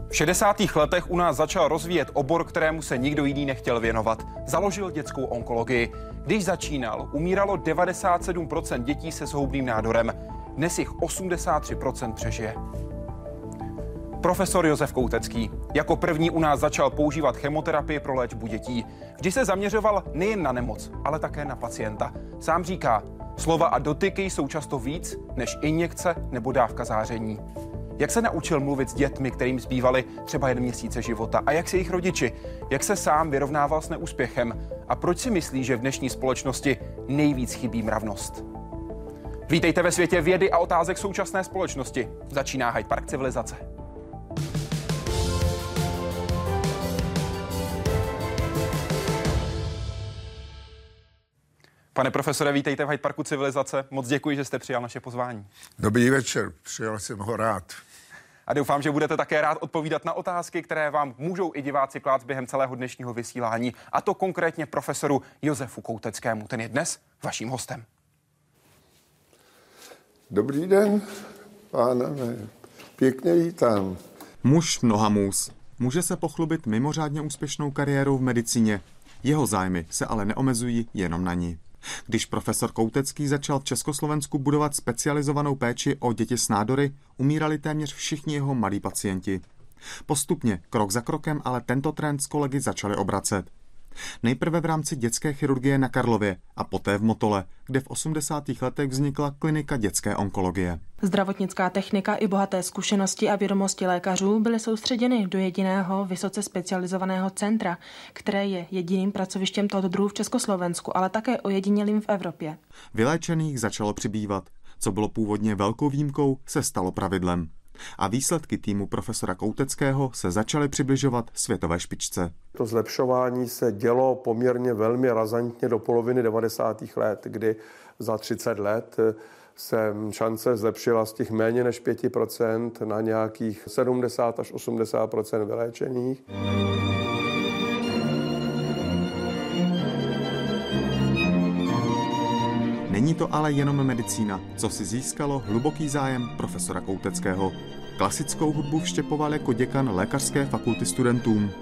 V 60. letech u nás začal rozvíjet obor, kterému se nikdo jiný nechtěl věnovat. Založil dětskou onkologii. Když začínal, umíralo 97% dětí se zhoubným nádorem. Dnes jich 83% přežije. Profesor Josef Koutecký jako první u nás začal používat chemoterapii pro léčbu dětí. Vždy se zaměřoval nejen na nemoc, ale také na pacienta. Sám říká, slova a dotyky jsou často víc než injekce nebo dávka záření. Jak se naučil mluvit s dětmi, kterým zbývaly třeba 1 měsíc života, a jak se jejich rodiči, jak se sám vyrovnával s neúspěchem a proč si myslí, že v dnešní společnosti nejvíc chybí mravnost. Vítejte ve světě vědy a otázek současné společnosti. Začíná Hyde Park civilizace. Pane profesore, vítejte v Hyde Parku civilizace. Moc děkuji, že jste přijal naše pozvání. Dobrý večer, přijal jsem ho rád. A doufám, že budete také rád odpovídat na otázky, které vám můžou i diváci klást během celého dnešního vysílání. A to konkrétně profesoru Josefu Kouteckému. Ten je dnes vaším hostem. Dobrý den, pánové. Pěkně vítám. Muž mnoha můz. Může se pochlubit mimořádně úspěšnou kariérou v medicíně. Jeho zájmy se ale neomezují jenom na ní. Když profesor Koutecký začal v Československu budovat specializovanou péči o děti s nádory, umírali téměř všichni jeho malí pacienti. Postupně, krok za krokem, ale tento trend s kolegy začali obracet. Nejprve v rámci dětské chirurgie na Karlově a poté v Motole, kde v 80. letech vznikla klinika dětské onkologie. Zdravotnická technika i bohaté zkušenosti a vědomosti lékařů byly soustředěny do jediného vysoce specializovaného centra, které je jediným pracovištěm tohoto druhu v Československu, ale také ojedinělým v Evropě. Vyléčených začalo přibývat. Co bylo původně velkou výjimkou, se stalo pravidlem. A výsledky týmu profesora Kouteckého se začaly přibližovat světové špičce. To zlepšování se dělo poměrně velmi razantně do poloviny 90. let, kdy za 30 let se šance zlepšila z těch méně než 5% na nějakých 70 až 80% vyléčených. Není to ale jenom medicína, co si získalo hluboký zájem profesora Kouteckého. Klasickou hudbu vštěpoval jako děkan lékařské fakulty studentům.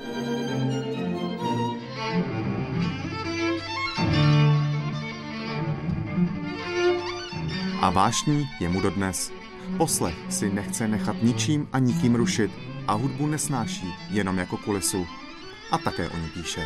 A vášní je mu dodnes. Poslech si nechce nechat ničím a nikým rušit a hudbu nesnáší jenom jako kulisu. A také o ní píše.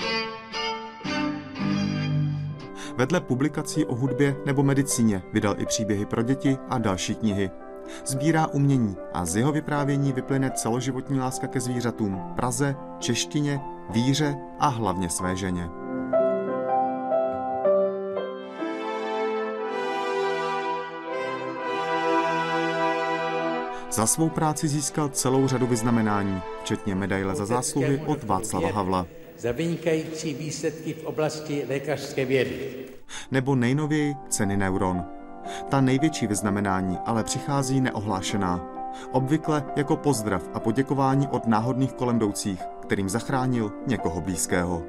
Vedle publikací o hudbě nebo medicíně vydal i příběhy pro děti a další knihy. Sbírá umění a z jeho vyprávění vyplyne celoživotní láska ke zvířatům, Praze, češtině, víře a hlavně své ženě. Za svou práci získal celou řadu vyznamenání, včetně medaile za zásluhy od Václava Havla. Za vynikající výsledky v oblasti lékařské vědy. Nebo nejnověji ceny Neuron. Ta největší vyznamenání ale přichází neohlášená. Obvykle jako pozdrav a poděkování od náhodných kolem jdoucích, kterým zachránil někoho blízkého.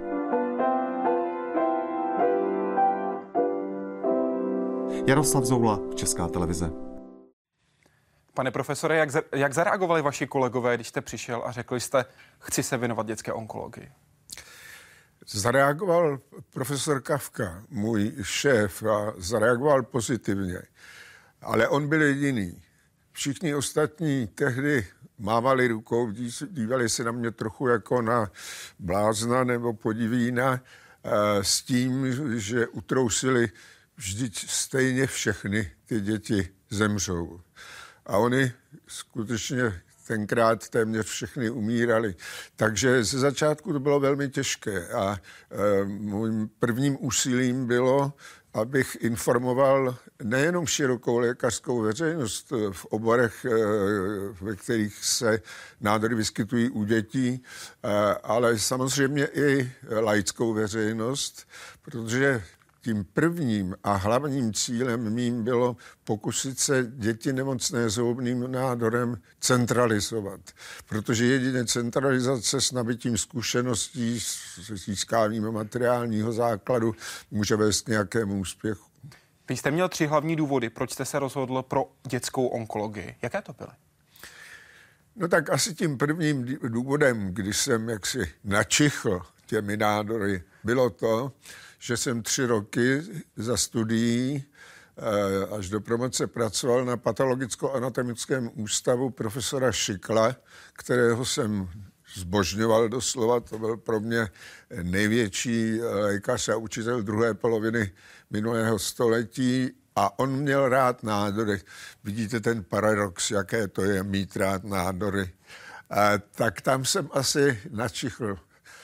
Jaroslav Zoula, Česká televize. Pane profesore, jak zareagovali vaši kolegové, když jste přišel a řekli jste, chci se věnovat dětské onkologii? Zareagoval profesor Kafka, můj šéf, a zareagoval pozitivně. Ale on byl jediný. Všichni ostatní tehdy mávali rukou, dívali se na mě trochu jako na blázna nebo podivína, s tím, že utrousili, vždyť stejně všechny ty děti zemřou. A oni skutečně tenkrát téměř všechny umírali. Takže ze začátku to bylo velmi těžké a mým prvním úsilím bylo, abych informoval nejenom širokou lékařskou veřejnost v oborech, ve kterých se nádory vyskytují u dětí, ale samozřejmě i laickou veřejnost, protože tím prvním a hlavním cílem mým bylo pokusit se děti nemocné zhoubným nádorem centralizovat. Protože jedině centralizace s nabytím zkušeností, s získáním materiálního základu může vést k nějakému úspěchu. Vy jste měl 3 hlavní důvody, proč jste se rozhodl pro dětskou onkologii. Jaké to byly? No tak asi tím prvním důvodem, když jsem jaksi načichl těmi nádory, bylo to, že jsem 3 roky za studií až do promoce pracoval na patologicko-anatomickém ústavu profesora Šikla, kterého jsem zbožňoval doslova. To byl pro mě největší lékař a učitel druhé poloviny minulého století a on měl rád nádory. Vidíte ten paradox, jaké to je mít rád nádory. Tak tam jsem asi načichl.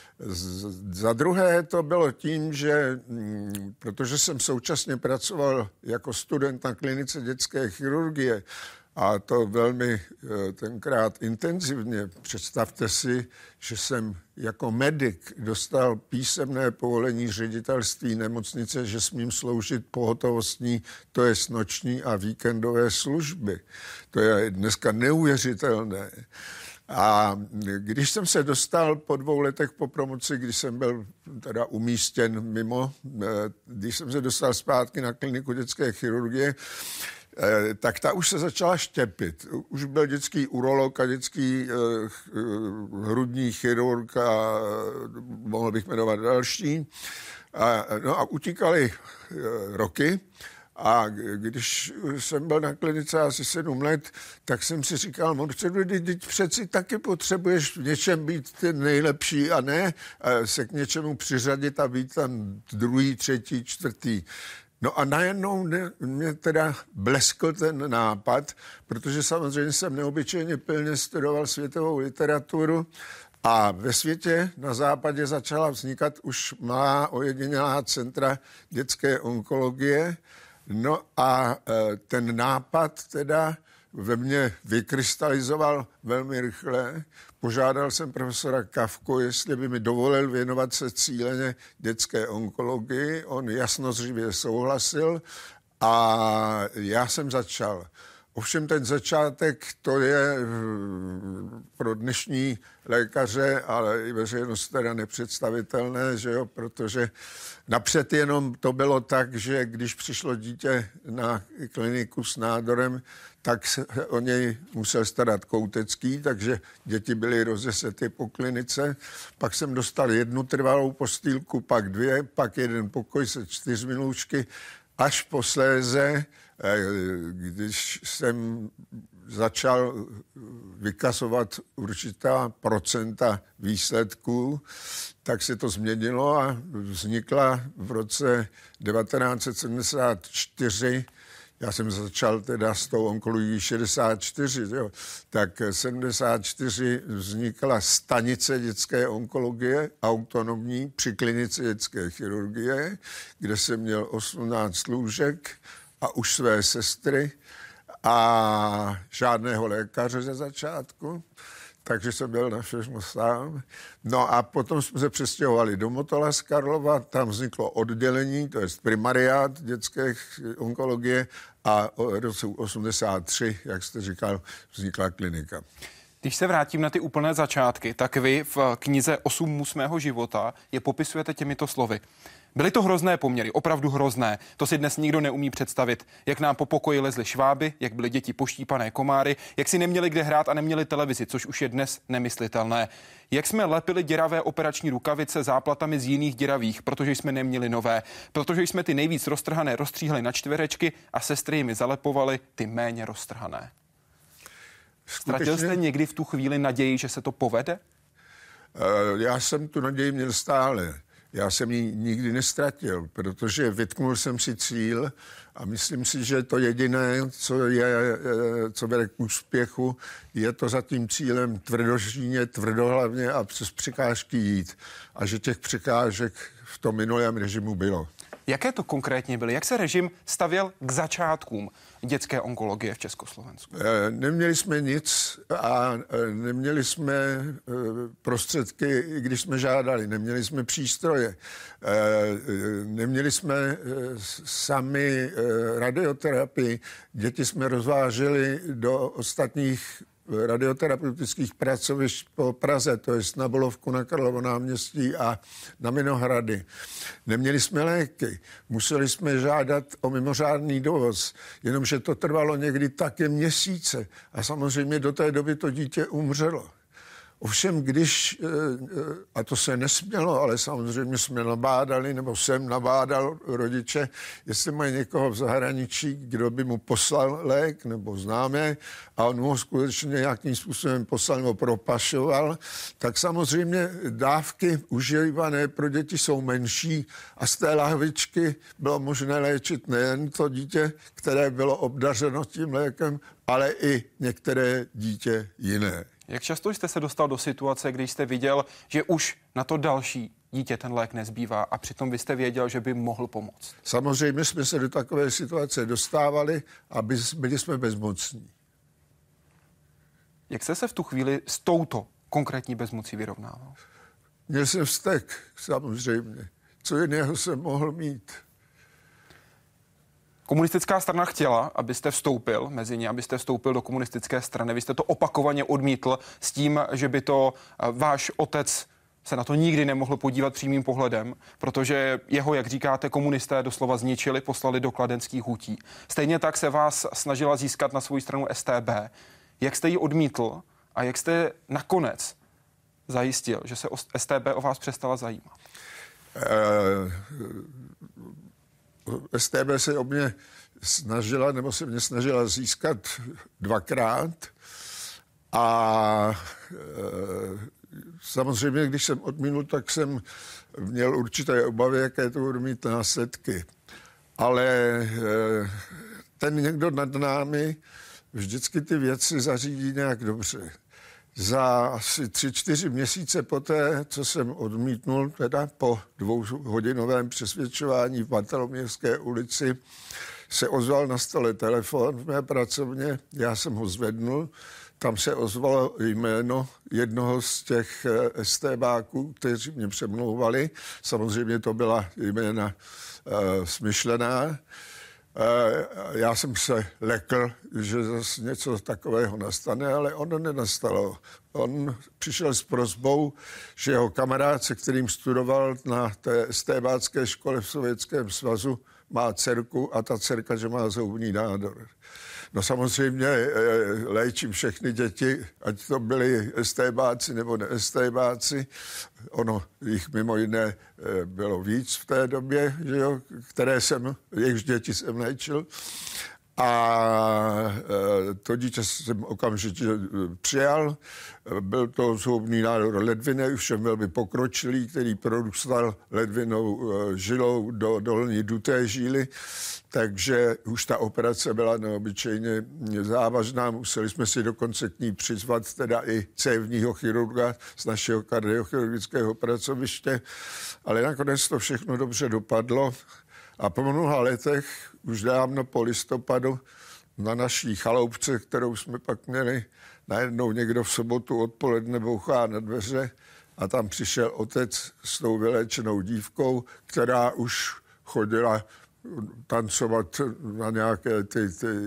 Za druhé to bylo tím, že protože jsem současně pracoval jako student na klinice dětské chirurgie a to velmi tenkrát intenzivně, představte si, že jsem jako medic dostal písemné povolení ředitelství nemocnice, že smím sloužit pohotovostní, to je noční a víkendové služby. To je dneska neuvěřitelné. A když jsem se dostal po 2 letech po promoci, když jsem byl teda umístěn mimo, když jsem se dostal zpátky na kliniku dětské chirurgie, tak ta už se začala štěpit. Už byl dětský urolog a dětský hrudní chirurg a mohl bych jmenovat další. No a utíkaly roky. A když jsem byl na klinice asi 7 let, tak jsem si říkal, teď přeci taky potřebuješ v něčem být ten nejlepší a ne se k něčemu přiřadit a být tam 2., 3., 4. No a najednou mě teda bleskl ten nápad, protože samozřejmě jsem neobyčejně pilně studoval světovou literaturu a ve světě na západě začala vznikat už malá ojedinělá centra dětské onkologie. No a ten nápad teda ve mně vykrystalizoval velmi rychle. Požádal jsem profesora Kafku, jestli by mi dovolil věnovat se cíleně dětské onkologii. On jasnozřivě souhlasil a já jsem začal. Ovšem ten začátek, to je pro dnešní lékaře, ale i veřejnost teda nepředstavitelné, že jo, protože napřed jenom to bylo tak, že když přišlo dítě na kliniku s nádorem, tak se o něj musel starat Koutecký, takže děti byly rozesety po klinice. Pak jsem dostal 1 trvalou postýlku, pak 2, pak 1 pokoj se 4 lůžky, až posléze, když jsem začal vykazovat určitá procenta výsledků, tak se to změnilo a vznikla v roce 1974, já jsem začal teda s tou onkologií 64, jo, tak 74 vznikla stanice dětské onkologie, autonomní při klinice dětské chirurgie, kde jsem měl 18 lůžek a už své sestry a žádného lékaře ze začátku, takže jsem byl na všechno sám. No a potom jsme se přestěhovali do Motola z Karlova, tam vzniklo oddělení, to je primariát dětské onkologie a v roce 83, jak jste říkal, vznikla klinika. Když se vrátím na ty úplné začátky, tak vy v knize 8 mus mého života je popisujete těmito slovy. Byly to hrozné poměry, opravdu hrozné. To si dnes nikdo neumí představit. Jak nám po pokoji lezly šváby, jak byly děti poštípané komáry, jak si neměli kde hrát a neměli televizi, což už je dnes nemyslitelné. Jak jsme lepili děravé operační rukavice záplatami z jiných děravých, protože jsme neměli nové, protože jsme ty nejvíc roztrhané rozstříhali na čtverečky a sestry jimi zalepovaly ty méně roztrhané. Ztratil jste někdy v tu chvíli naději, že se to povede? Já jsem tu naději měl stále. Já jsem ji nikdy nestratil, protože vytknul jsem si cíl a myslím si, že to jediné, co vede k úspěchu, je to za tím cílem tvrdožíně, tvrdohlavně a přes překážky jít. A že těch překážek v tom minulém režimu bylo. Jaké to konkrétně byly? Jak se režim stavěl k začátkům dětské onkologie v Československu? Neměli jsme nic a neměli jsme prostředky, když jsme žádali. Neměli jsme přístroje. Neměli jsme sami radioterapii. Děti jsme rozváželi do ostatních radioterapeutických pracovišť po Praze, to je na Bolovku, na Karlovo náměstí a na Vinohrady. Neměli jsme léky, museli jsme žádat o mimořádný dovoz, jenomže to trvalo někdy také měsíce a samozřejmě do té doby to dítě umřelo. Ovšem, když, a to se nesmělo, ale samozřejmě jsme nabádali, nebo jsem nabádal rodiče, jestli mají někoho v zahraničí, kdo by mu poslal lék, nebo známé, a on mu ho skutečně nějakým způsobem poslal nebo propašoval, tak samozřejmě dávky užívané pro děti jsou menší a z té lahvičky bylo možné léčit nejen to dítě, které bylo obdařeno tím lékem, ale i některé dítě jiné. Jak často jste se dostal do situace, když jste viděl, že už na to další dítě ten lék nezbývá a přitom vy jste věděl, že by mohl pomoct? Samozřejmě jsme se do takové situace dostávali a byli jsme bezmocní. Jak jste se v tu chvíli s touto konkrétní bezmocí vyrovnával? Měl jsem vztek, samozřejmě. Co jiného jsem mohl mít? Komunistická strana chtěla, abyste vstoupil mezi ně, abyste vstoupil do komunistické strany. Vy jste to opakovaně odmítl s tím, že by to váš otec se na to nikdy nemohl podívat přímým pohledem, protože jeho, jak říkáte, komunisté doslova zničili, poslali do kladenských hutí. Stejně tak se vás snažila získat na svou stranu StB. Jak jste ji odmítl a jak jste nakonec zajistil, že se StB o vás přestala zajímat? StB se o mě snažila, nebo se mě snažila získat dvakrát a samozřejmě, když jsem odmínul, tak jsem měl určité obavy, jaké to budou mít následky. Ale ten někdo nad námi vždycky ty věci zařídí nějak dobře. Za asi 3-4 měsíce poté, co jsem odmítnul, teda po 2hodinovém přesvědčování v Bartolomějské ulici, se ozval na stole telefon v mé pracovně, já jsem ho zvednul, tam se ozvalo jméno jednoho z těch StBáků, kteří mě přemlouvali. Samozřejmě to byla jména smyšlená. Já jsem se lekl, že zase něco takového nastane, ale ono nenastalo. On přišel s prosbou, že jeho kamarád, se kterým studoval na té StBácké škole v Sovětském svazu, má dcerku a ta dcerka, že má zoubní nádor. No samozřejmě léčím všechny děti, ať to byli StBáci nebo ne StBáci. Ono jich mimo jiné bylo víc v té době, že jo, jejichž děti jsem léčil. A to dítě jsem okamžitě přijal. Byl to zoubný nádor ledviny, všem velmi pokročilý, který prorůstal ledvinou žilou do dolní duté žíly. Takže už ta operace byla neobyčejně závažná. Museli jsme si dokonce k ní přizvat teda i cévního chirurga z našeho kardiochirurgického pracoviště. Ale nakonec to všechno dobře dopadlo. A po mnoha letech, už dávno po listopadu, na naší chaloupce, kterou jsme pak měli, najednou někdo v sobotu odpoledne bouchá na dveře a tam přišel otec s tou vyléčenou dívkou, která už chodila tancovat na nějaké ty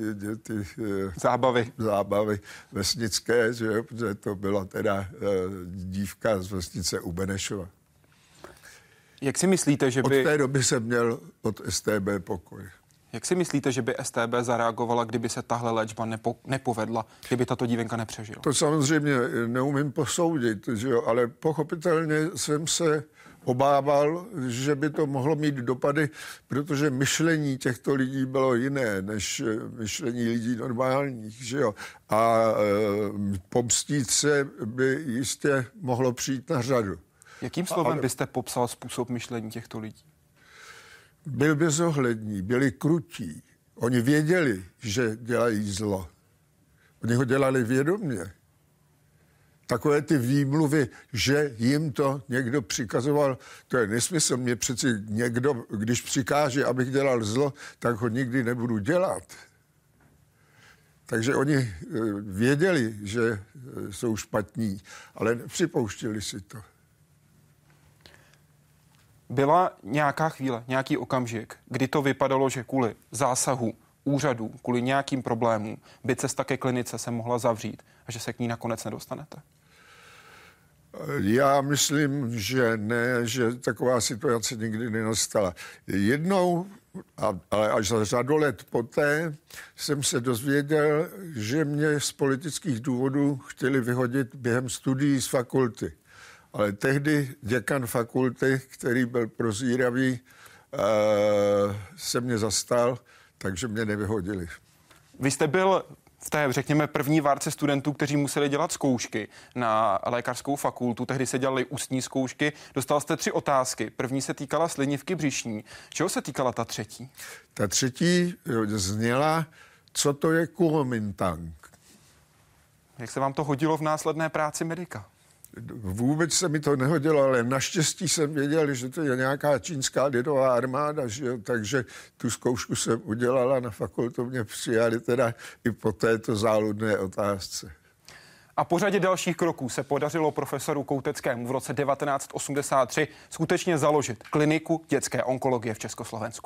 zábavy vesnické, že jo, protože to byla teda dívka z vesnice u Benešova. Jak si myslíte, že by... Od té doby jsem měl od StB pokoj. Jak si myslíte, že by StB zareagovala, kdyby se tahle léčba nepovedla, kdyby tato dívenka nepřežila? To samozřejmě neumím posoudit, že jo, ale pochopitelně jsem se obával, že by to mohlo mít dopady, protože myšlení těchto lidí bylo jiné než myšlení lidí normálních, že jo. A pomstít se by jistě mohlo přijít na řadu. Jakým slovem byste popsal způsob myšlení těchto lidí? Byl bezohlední, byli krutí. Oni věděli, že dělají zlo. Oni ho dělali vědomě. Takové ty výmluvy, že jim to někdo přikazoval, to je nesmysl. Mě přeci někdo, když přikáže, abych dělal zlo, tak ho nikdy nebudu dělat. Takže oni věděli, že jsou špatní, ale nepřipouštěli si to. Byla nějaká chvíle, nějaký okamžik, kdy to vypadalo, že kvůli zásahu úřadů kvůli nějakým problémům by cesta ke klinice se mohla zavřít a že se k ní nakonec nedostanete? Já myslím, že ne, že taková situace nikdy nenastala. Jednou, ale až za řadu let poté, jsem se dozvěděl, že mě z politických důvodů chtěli vyhodit během studií z fakulty. Ale tehdy děkan fakulty, který byl prozíravý, se mě zastal, takže mě nevyhodili. Vy jste byl v té, řekněme, první várce studentů, kteří museli dělat zkoušky na lékařskou fakultu. Tehdy se dělaly ústní zkoušky. Dostal jste 3 otázky. První se týkala slinivky břišní. Čeho se týkala ta třetí? Ta třetí zněla, co to je Kuomintang. Jak se vám to hodilo v následné práci medika? Vůbec se mi to nehodilo, ale naštěstí jsem věděl, že to je nějaká čínská lidová armáda, že jo? Takže tu zkoušku jsem udělala na fakultu, mě přijali teda i po této záludné otázce. A po řadě dalších kroků se podařilo profesoru Kouteckému v roce 1983 skutečně založit kliniku dětské onkologie v Československu.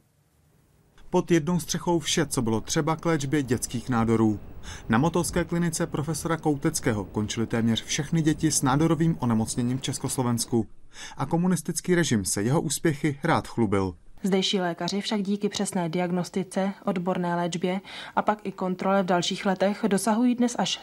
Pod jednou střechou vše, co bylo třeba k léčbě dětských nádorů. Na motolské klinice profesora Kouteckého končily téměř všechny děti s nádorovým onemocněním v Československu. A komunistický režim se jeho úspěchy rád chlubil. Zdejší lékaři však díky přesné diagnostice, odborné léčbě a pak i kontrole v dalších letech dosahují dnes až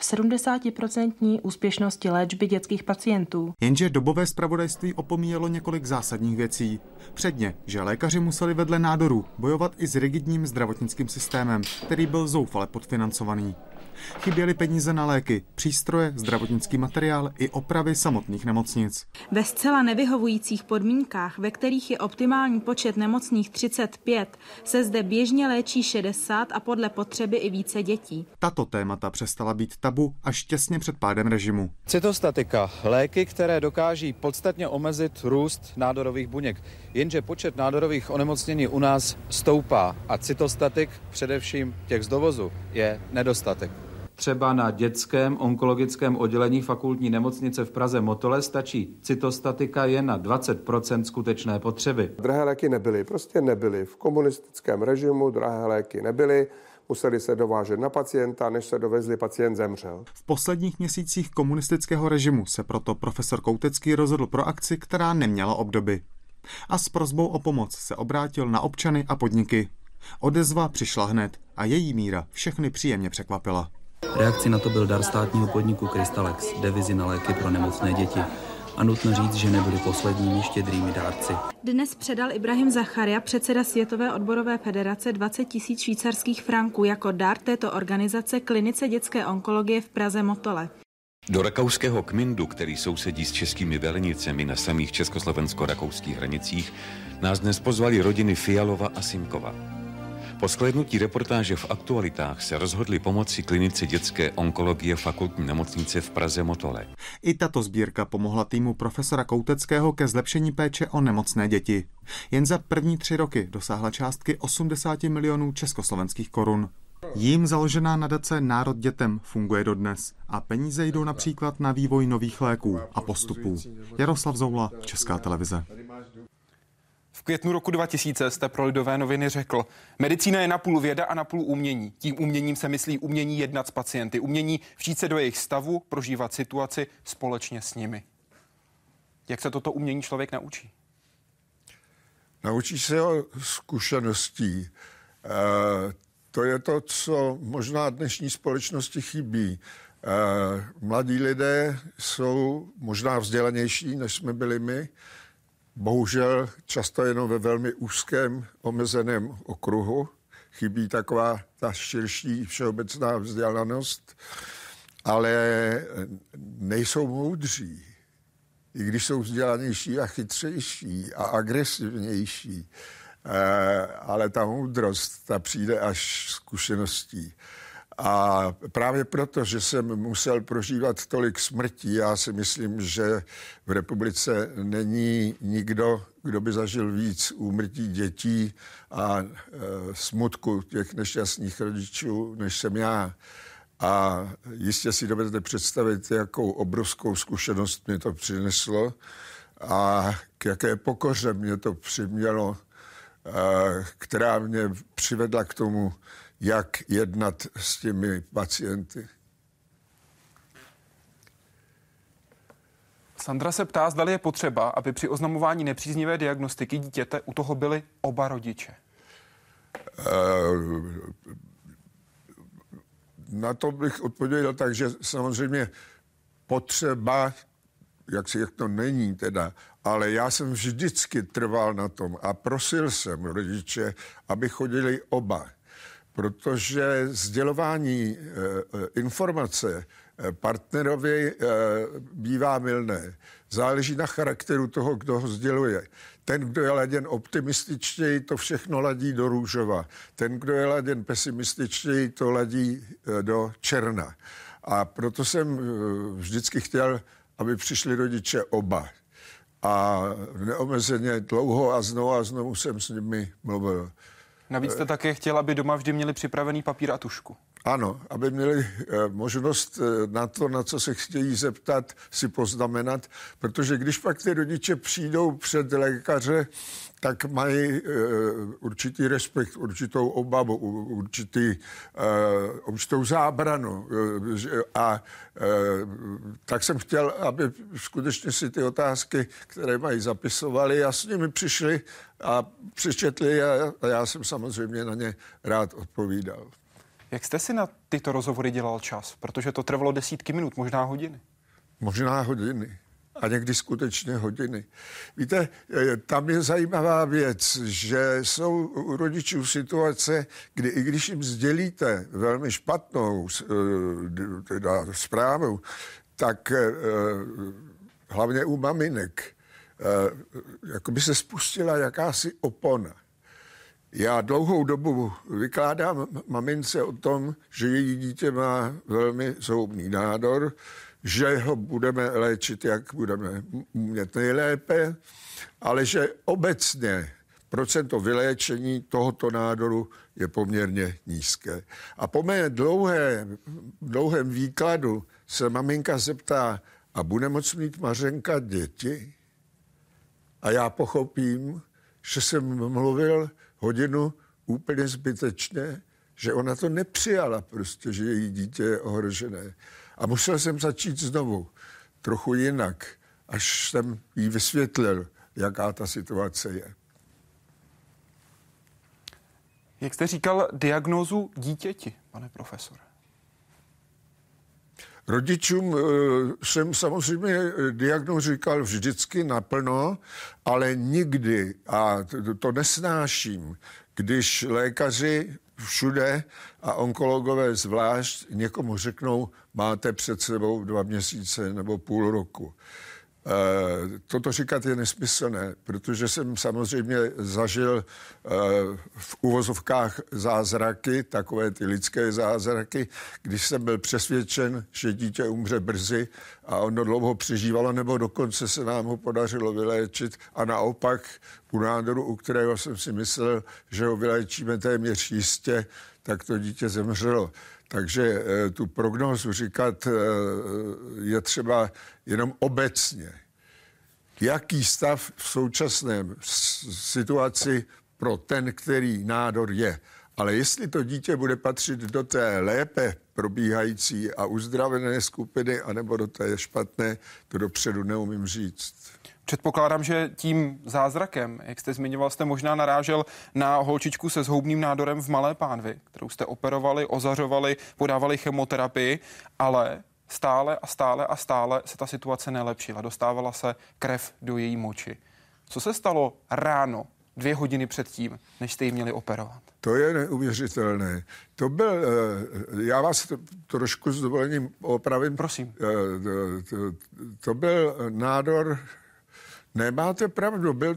70% úspěšnosti léčby dětských pacientů. Jenže dobové zpravodajství opomíjelo několik zásadních věcí. Předně, že lékaři museli vedle nádorů bojovat i s rigidním zdravotnickým systémem, který byl zoufale podfinancovaný. Chyběly peníze na léky, přístroje, zdravotnický materiál i opravy samotných nemocnic. Ve zcela nevyhovujících podmínkách, ve kterých je optimální počet nemocných 35, se zde běžně léčí 60 a podle potřeby i více dětí. Tato témata přestala být tabu až těsně před pádem režimu. Cytostatika, léky, které dokáží podstatně omezit růst nádorových buněk. Jenže počet nádorových onemocnění u nás stoupá a cytostatik, především těch z dovozu, je nedostatek. Třeba na dětském onkologickém oddělení fakultní nemocnice v Praze Motole stačí cytostatika jen na 20% skutečné potřeby. Drahé léky nebyly, prostě nebyly. V komunistickém režimu drahé léky nebyly. Museli se dovážet na pacienta, než se dovezli, pacient zemřel. V posledních měsících komunistického režimu se proto profesor Koutecký rozhodl pro akci, která neměla obdoby. A s prosbou o pomoc se obrátil na občany a podniky. Odezva přišla hned a její míra všechny příjemně překvapila. Reakcí na to byl dar státního podniku Crystalex, devizi na léky pro nemocné děti. A nutno říct, že nebyli posledními štědrými dárci. Dnes předal Ibrahim Zacharia, předseda Světové odborové federace, 20 000 švýcarských franků jako dar této organizace klinice dětské onkologie v Praze Motole. Do rakouského Kmindu, který sousedí s českými Velnicemi na samých československo-rakouských hranicích, nás dnes pozvali rodiny Fialova a Simkova. Po shlédnutí reportáže v Aktualitách se rozhodli pomoci klinice dětské onkologie fakultní nemocnice v Praze Motole. I tato sbírka pomohla týmu profesora Kouteckého ke zlepšení péče o nemocné děti. Jen za první 3 roky dosáhla částky 80 milionů československých korun. Jím založená nadace Národ dětem funguje dodnes a peníze jdou například na vývoj nových léků a postupů. Jaroslav Zoula, Česká televize. V květnu roku 2000 jste pro Lidové noviny řekl: medicína je napůl věda a napůl umění. Tím uměním se myslí umění jednat s pacienty, umění vžít se do jejich stavu, prožívat situaci společně s nimi. Jak se toto umění člověk naučí? Naučí se o zkušeností. To je to, co možná dnešní společnosti chybí. Mladí lidé jsou možná vzdělanější, než jsme byli my. Bohužel často jenom ve velmi úzkém, omezeném okruhu. Chybí taková ta širší všeobecná vzdělanost, ale nejsou moudří. I když jsou vzdělanější a chytřejší a agresivnější, ale ta moudrost, ta přijde až zkušeností. A právě proto, že jsem musel prožívat tolik smrtí, já si myslím, že v republice není nikdo, kdo by zažil víc úmrtí dětí a smutku těch nešťastných rodičů, než jsem já. A jistě si dovedete představit, jakou obrovskou zkušenost mě to přineslo a k jaké pokoře mě to přimělo která mě přivedla k tomu, jak jednat s těmi pacienty. Sandra se ptá, zdali je potřeba, aby při oznamování nepříznivé diagnostiky dítěte u toho byli oba rodiče. Na to bych odpověděl tak, že samozřejmě potřeba, jak to není teda, ale já jsem vždycky trval na tom a prosil jsem rodiče, aby chodili oba, protože sdělování informace partnerovi bývá mylné. Záleží na charakteru toho, kdo ho sděluje. Ten, kdo je laděn optimističtěji, to všechno ladí do růžova. Ten, kdo je laděn pesimističtěji, to ladí do černa. A proto jsem vždycky chtěl, aby přišli rodiče oba. A neomezeně dlouho a znovu jsem s nimi mluvil. Navíc jste také chtěl, aby doma vždy měli připravený papír a tužku. Ano, aby měli možnost na to, na co se chtějí zeptat, si poznamenat, protože když pak ty rodiče přijdou před lékaře, tak mají určitý respekt, určitou obavu, určitou zábranu. A tak jsem chtěl, aby skutečně si ty otázky, které mají, zapisovali a s nimi přišli a přečetli a já jsem samozřejmě na ně rád odpovídal. Jak jste si na tyto rozhovory dělal čas? Protože to trvalo desítky minut, možná hodiny. Možná hodiny. A někdy skutečně hodiny. Víte, tam je zajímavá věc, že jsou u rodičů situace, kdy i když jim sdělíte velmi špatnou teda zprávu, tak hlavně u maminek, jako by se spustila jakási opona. Já dlouhou dobu vykládám mamince o tom, že její dítě má velmi zhoubný nádor, že ho budeme léčit, jak budeme umět nejlépe, ale že obecně procento vyléčení tohoto nádoru je poměrně nízké. A po mé dlouhém výkladu se maminka zeptá, a bude moct mít Mařenka děti? A já pochopím, že jsem mluvil hodinu úplně zbytečně, že ona to nepřijala prostě, že její dítě je ohrožené. A musel jsem začít znovu, trochu jinak, až jsem jí vysvětlil, jaká ta situace je. Jak jste říkal diagnózu dítěti, pane profesore? Rodičům jsem samozřejmě diagnózu říkal vždycky naplno, ale nikdy, a to nesnáším, když lékaři všude a onkologové zvlášť někomu řeknou, máte před sebou 2 měsíce nebo půl roku. Toto říkat je nesmyslné, protože jsem samozřejmě zažil v uvozovkách zázraky, takové ty lidské zázraky, když jsem byl přesvědčen, že dítě umře brzy a ono dlouho přežívalo, nebo dokonce se nám ho podařilo vyléčit a naopak u nádoru, u kterého jsem si myslel, že ho vyléčíme téměř jistě, tak to dítě zemřelo. Takže tu prognózu říkat je třeba jenom obecně. Jaký stav v současném situaci pro ten, který nádor je. Ale jestli to dítě bude patřit do té lépe probíhající a uzdravené skupiny, anebo do té špatné, to dopředu neumím říct. Předpokládám, že tím zázrakem, jak jste zmiňoval, jste možná narážel na holčičku se zhoubným nádorem v Malé Pánvi, kterou jste operovali, ozařovali, podávali chemoterapii, ale stále se ta situace nelepšila. Dostávala se krev do její moči. Co se stalo ráno, 2 hodiny předtím, než jste ji měli operovat? To je neuvěřitelné. To byl, já vás trošku s dovolením opravím. Prosím. To byl nádor, nemáte pravdu, byl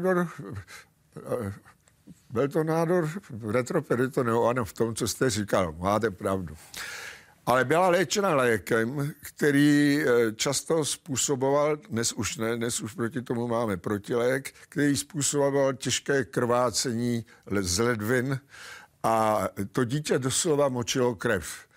to nádor retroperitoneum, ano, v tom, co jste říkal, máte pravdu. Ale byla léčena lékem, který často způsoboval, dnes už proti tomu máme protilék, který způsoboval těžké krvácení z ledvin a to dítě doslova močilo krev.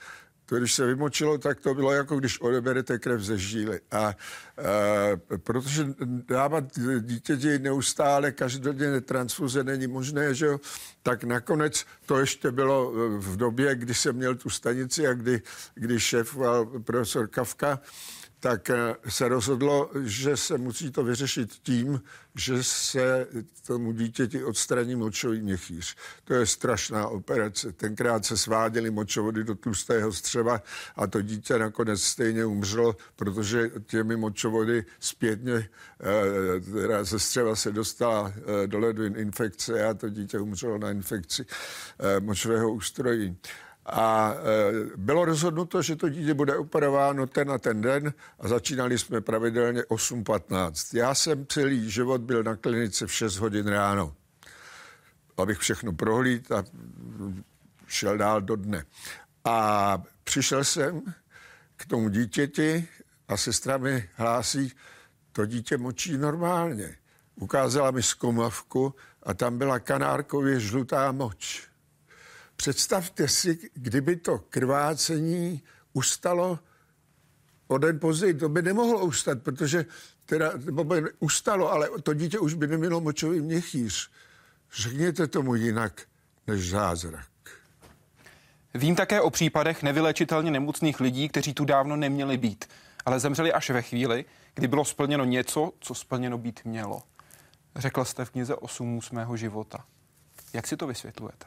To, když se vymočilo, tak to bylo jako když odeberete krev ze žíly. A protože dávat dítěti neustále každodenně transfuze není možné, že jo, tak nakonec to ještě bylo v době, kdy jsem měl tu stanici a kdy šéfoval profesor Kafka, tak se rozhodlo, že se musí to vyřešit tím, že se tomu dítěti odstraní močový měchýř. To je strašná operace. Tenkrát se sváděly močovody do tlustého střeva a to dítě nakonec stejně umřelo, protože těmi močovody zpětně ze střeva se dostala do ledvin infekce a to dítě umřelo na infekci močového ústrojí. A bylo rozhodnuto, že to dítě bude operováno ten a ten den a začínali jsme pravidelně 8:15. Já jsem celý život byl na klinice v 6 hodin ráno, abych všechno prohlídl a šel dál do dne. A přišel jsem k tomu dítěti a sestra mi hlásí, to dítě močí normálně. Ukázala mi zkumavku a tam byla kanárkově žlutá moč. Představte si, kdyby to krvácení ustalo o den později, to by nemohlo ustat, protože by ustalo, ale to dítě už by nemělo močový měchýř. Řekněte tomu jinak než zázrak. Vím také o případech nevyléčitelně nemocných lidí, kteří tu dávno neměli být, ale zemřeli až ve chvíli, kdy bylo splněno něco, co splněno být mělo. Řekl jste v knize 8 můz mého života. Jak si to vysvětlujete?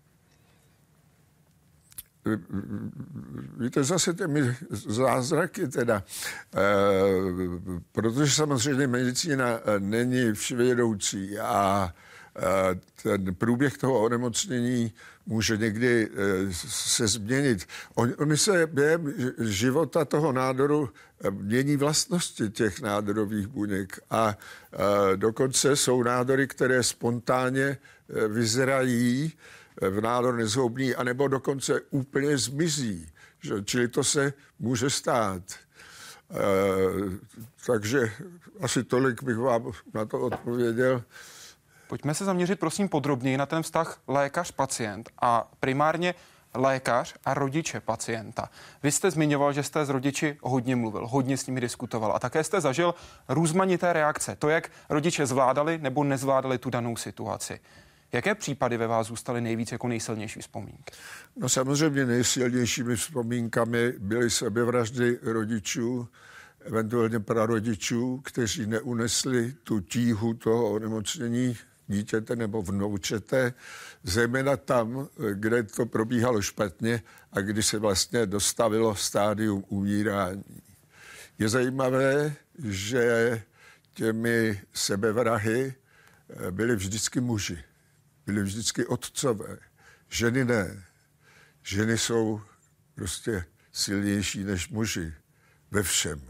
Víte, zase těmi zázraky teda, protože samozřejmě medicína není vševědoucí a ten průběh toho onemocnění může někdy se změnit. Oni se během života toho nádoru mění vlastnosti těch nádorových buněk a dokonce jsou nádory, které spontánně vyzrají v nádor nezhoubný, anebo dokonce úplně zmizí. Čili to se může stát. Takže asi tolik bych vám na to odpověděl. Pojďme se zaměřit prosím podrobněji na ten vztah lékař-pacient a primárně lékař a rodiče pacienta. Vy jste zmiňoval, že jste s rodiči hodně mluvil, hodně s nimi diskutoval a také jste zažil různorodé reakce. To, jak rodiče zvládali nebo nezvládali tu danou situaci. Jaké případy ve vás zůstaly nejvíc jako nejsilnější vzpomínky? No samozřejmě nejsilnějšími vzpomínkami byly sebevraždy rodičů, eventuálně prarodičů, kteří neunesli tu tíhu toho onemocnění dítěte nebo vnoučete, zejména tam, kde to probíhalo špatně a kdy se vlastně dostavilo stádium umírání. Je zajímavé, že těmi sebevrahy byli vždycky muži. Byli vždycky otcové. Ženy ne. Ženy jsou prostě silnější než muži ve všem.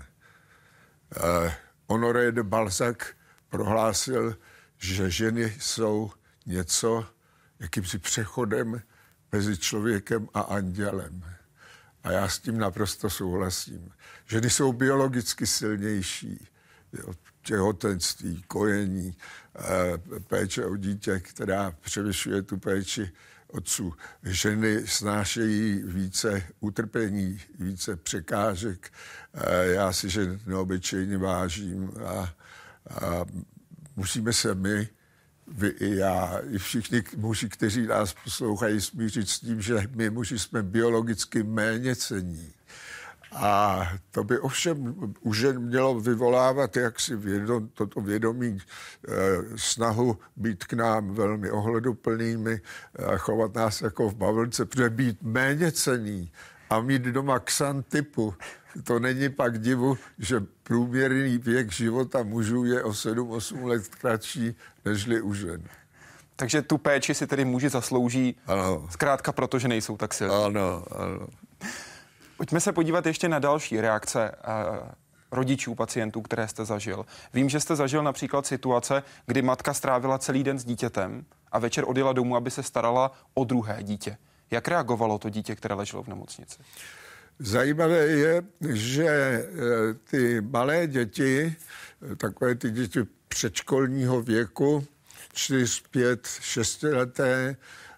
Honoré de Balzac prohlásil, že ženy jsou něco, jakýmsi přechodem mezi člověkem a andělem. A já s tím naprosto souhlasím. Ženy jsou biologicky silnější. Těhotenství, kojení, péče o dítě, která převyšuje tu péči otců. Ženy snášejí více utrpení, více překážek. Já si žen neobyčejně vážím a musíme se my, vy i já, i všichni muži, kteří nás poslouchají, smířit s tím, že my muži jsme biologicky méněcenní. A to by ovšem už mělo vyvolávat jaksi toto vědomí, snahu být k nám velmi ohleduplnými, chovat nás jako v bavlnce, protože být méněcenný a mít doma Xantipu, to není pak divu, že průměrný věk života mužů je o 7-8 let kratší nežli u žen. Takže tu péči si tedy muži zaslouží, ano. Zkrátka proto, že nejsou tak silní. Ano. Pojďme se podívat ještě na další reakce rodičů pacientů, které jste zažil. Vím, že jste zažil například situace, kdy matka strávila celý den s dítětem a večer odjela domů, aby se starala o druhé dítě. Jak reagovalo to dítě, které leželo v nemocnici? Zajímavé je, že ty malé děti, takové ty děti předškolního věku, 4, 5, 6 leté,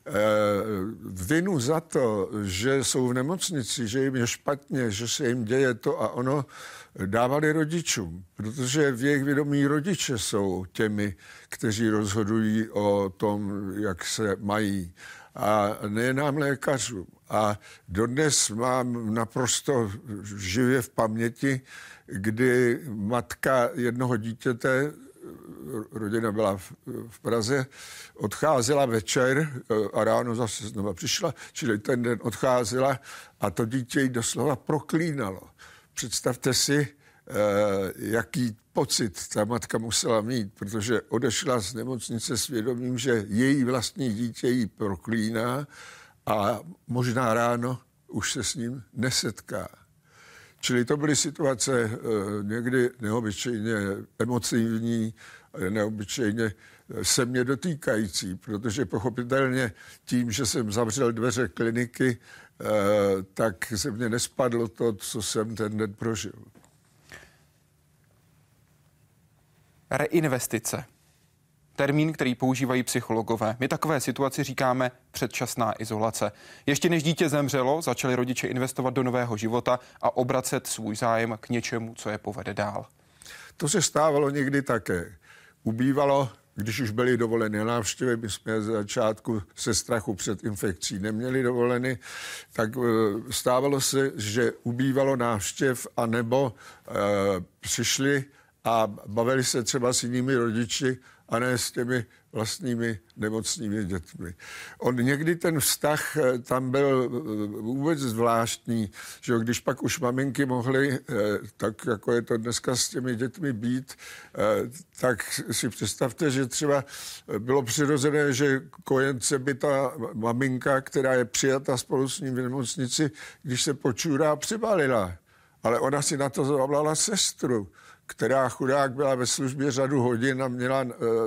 vinu za to, že jsou v nemocnici, že jim je špatně, že se jim děje to a ono, dávali rodičům, protože v jejich vědomí rodiče jsou těmi, kteří rozhodují o tom, jak se mají. A ne nám lékařům. A dodnes mám naprosto živě v paměti, kdy matka jednoho dítěte, rodina byla v Praze, odcházela večer a ráno zase znova přišla, čili ten den odcházela a to dítě jí doslova proklínalo. Představte si, jaký pocit ta matka musela mít, protože odešla z nemocnice s vědomím, že její vlastní dítě jí proklíná a možná ráno už se s ním nesetká. Čili to byly situace někdy neobyčejně emotivní, neobyčejně se mě dotýkající, protože pochopitelně tím, že jsem zavřel dveře kliniky, tak se mě nespadlo to, co jsem ten den prožil. Reinvestice. Termín, který používají psychologové. My takové situaci říkáme předčasná izolace. Ještě než dítě zemřelo, začali rodiče investovat do nového života a obracet svůj zájem k něčemu, co je povede dál. To se stávalo někdy také. Ubývalo, když už byly dovoleny návštěvy, my jsme ze začátku se strachu před infekcí neměli dovoleny, tak stávalo se, že ubývalo návštěv anebo přišli a bavili se třeba s jinými rodiči a ne s těmi vlastními nemocnými dětmi. Někdy ten vztah tam byl vůbec zvláštní, že když pak už maminky mohly, tak jako je to dneska s těmi dětmi být, tak si představte, že třeba bylo přirozené, že kojence by ta maminka, která je přijata spolu s ním v nemocnici, když se počůrá, přibalila. Ale ona si na to zavolala sestru, která chudák byla ve službě řadu hodin a měla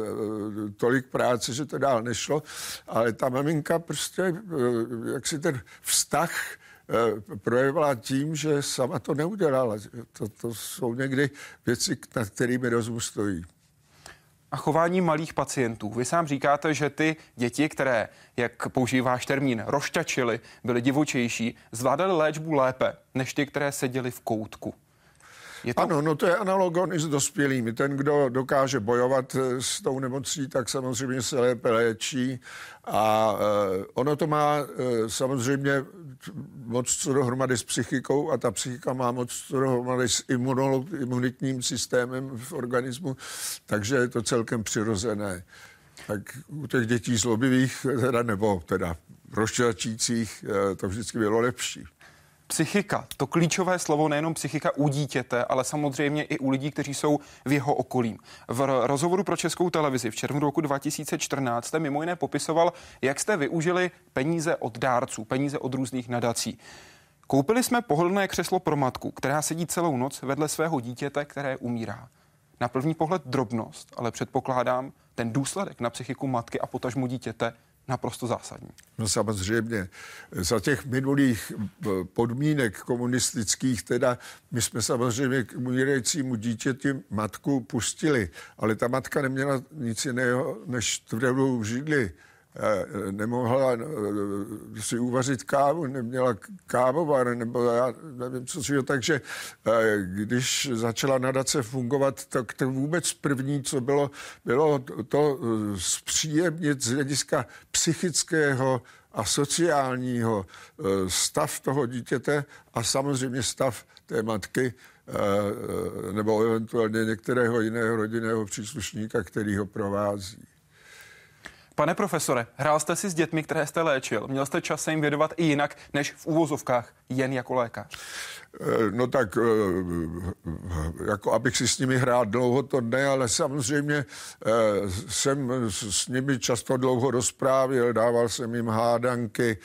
tolik práce, že to dál nešlo. Ale ta maminka prostě, jak si ten vztah projevila tím, že sama to neudělala. To jsou někdy věci, nad kterými rozum stojí. A chování malých pacientů. Vy sám říkáte, že ty děti, které, jak používáš termín, rozťačily, byly divočejší, zvládaly léčbu lépe než ty, které seděly v koutku. Ano, no to je analogon i s dospělými. Ten, kdo dokáže bojovat s tou nemocí, tak samozřejmě se lépe léčí. A ono to má samozřejmě moc co dohromady s psychikou a ta psychika má moc co dohromady s imunitním systémem v organismu, takže je to celkem přirozené. Tak u těch dětí zlobivých nebo rozčačících to vždycky bylo lepší. Psychika, to klíčové slovo, nejenom psychika u dítěte, ale samozřejmě i u lidí, kteří jsou v jeho okolí. V rozhovoru pro Českou televizi v červnu roku 2014 jste mimo jiné popisoval, jak jste využili peníze od dárců, peníze od různých nadací. Koupili jsme pohodlné křeslo pro matku, která sedí celou noc vedle svého dítěte, které umírá. Na první pohled drobnost, ale předpokládám ten důsledek na psychiku matky a potažmu dítěte naprosto zásadní. No samozřejmě. Za těch minulých podmínek komunistických teda my jsme samozřejmě k umírajícímu dítěti matku pustili, ale ta matka neměla nic jiného než tvrdou židli. Nemohla si uvařit kávu, neměla kávovar, nebo já nevím, co si ho. Takže když začala nadace fungovat, tak to vůbec první, co bylo to zpříjemnit z hlediska psychického a sociálního stav toho dítěte a samozřejmě stav té matky nebo eventuálně některého jiného rodinného příslušníka, který ho provází. Pane profesore, hrál jste si s dětmi, které jste léčil. Měl jste čas se jim věnovat i jinak, než v uvozovkách, jen jako lékař? No tak, jako abych si s nimi hrál dlouho, to ne, ale samozřejmě jsem s nimi často dlouho rozprávěl, dával jsem jim hádanky,